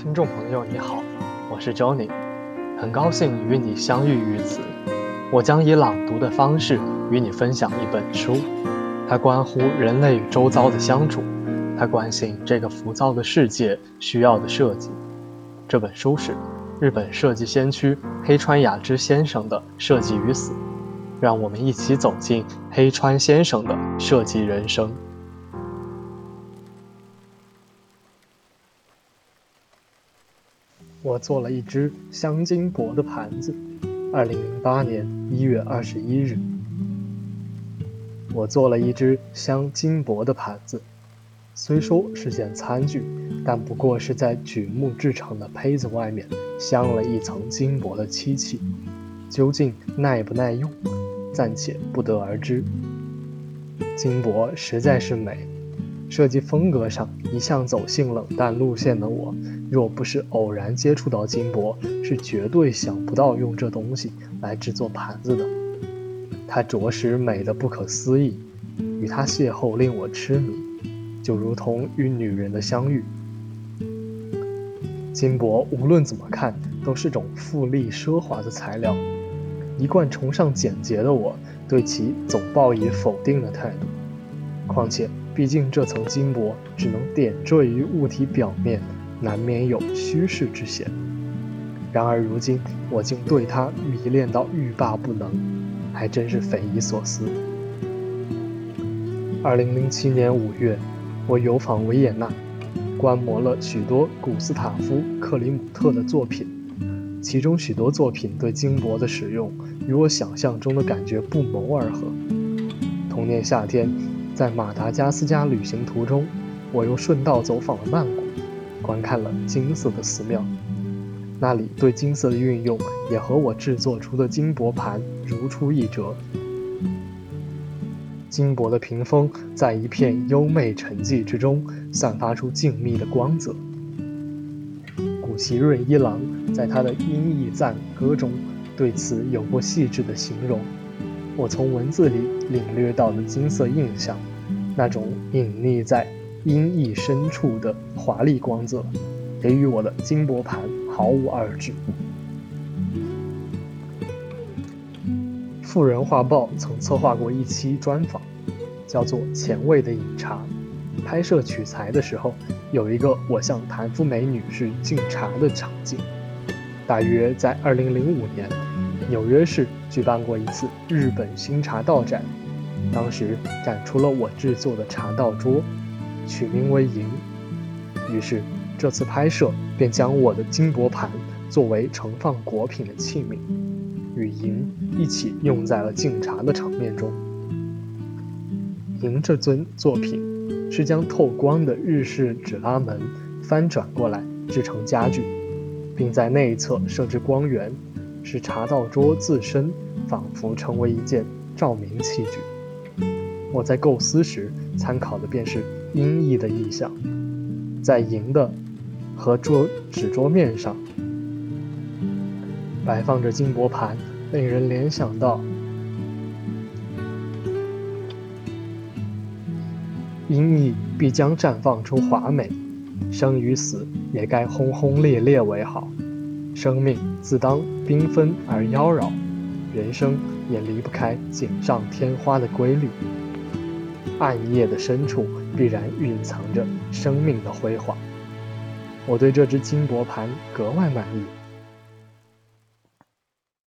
听众朋友你好，我是 Johnny， 很高兴与你相遇于此。我将以朗读的方式与你分享一本书，它关乎人类与周遭的相处，它关心这个浮躁的世界需要的设计。这本书是日本设计先驱黑川雅之先生的《设计与死》，让我们一起走进黑川先生的设计人生。我做了一只镶金箔的盘子，2008年1月21日。我做了一只镶金箔的盘子，虽说是件餐具，但不过是在榉木制成的胚子外面镶了一层金箔的漆器，究竟耐不耐用，暂且不得而知。金箔实在是美，设计风格上一向走性冷淡路线的我，若不是偶然接触到金箔，是绝对想不到用这东西来制作盘子的。它着实美得不可思议，与它邂逅令我痴迷，就如同与女人的相遇。金箔无论怎么看都是种富丽奢华的材料，一贯崇尚简洁的我对其总抱以否定的态度。况且毕竟这层金箔只能点缀于物体表面，难免有虚饰之嫌。然而如今我竟对它迷恋到欲罢不能，还真是匪夷所思。2007年5月，我游访维也纳，观摩了许多古斯塔夫·克里姆特的作品，其中许多作品对金箔的使用与我想象中的感觉不谋而合。同年夏天，在马达加斯加旅行途中，我又顺道走访了曼谷，观看了金色的寺庙。那里对金色的运用也和我制作出的金箔盘如出一辙。金箔的屏风在一片优美沉寂之中散发出静谧的光泽。古崎润一郎在他的《音译赞歌》中对此有过细致的形容，我从文字里领略到的金色印象，那种隐匿在音译深处的华丽光泽，也与我的金箔盘毫无二致。富人画报曾策划过一期专访，叫做《前卫的饮茶》。拍摄取材的时候，有一个我向谭夫美女士敬茶的场景。大约在2005年，纽约市举办过一次日本新茶道展，当时展出了我制作的茶道桌，取名为银。于是这次拍摄便将我的金箔盘作为盛放果品的器皿，与银一起用在了敬茶的场面中。银这尊作品是将透光的日式纸拉门翻转过来制成家具，并在内侧设置光源，使茶道桌自身仿佛成为一件照明器具。我在构思时参考的便是音译的意象，在银的和纸桌面上摆放着金箔盘，令人联想到音译必将绽放出华美，生与死也该轰轰烈烈为好。生命自当缤纷而妖娆，人生也离不开锦上添花的规律。暗夜的深处必然蕴藏着生命的辉煌。我对这只金箔盘格外满意。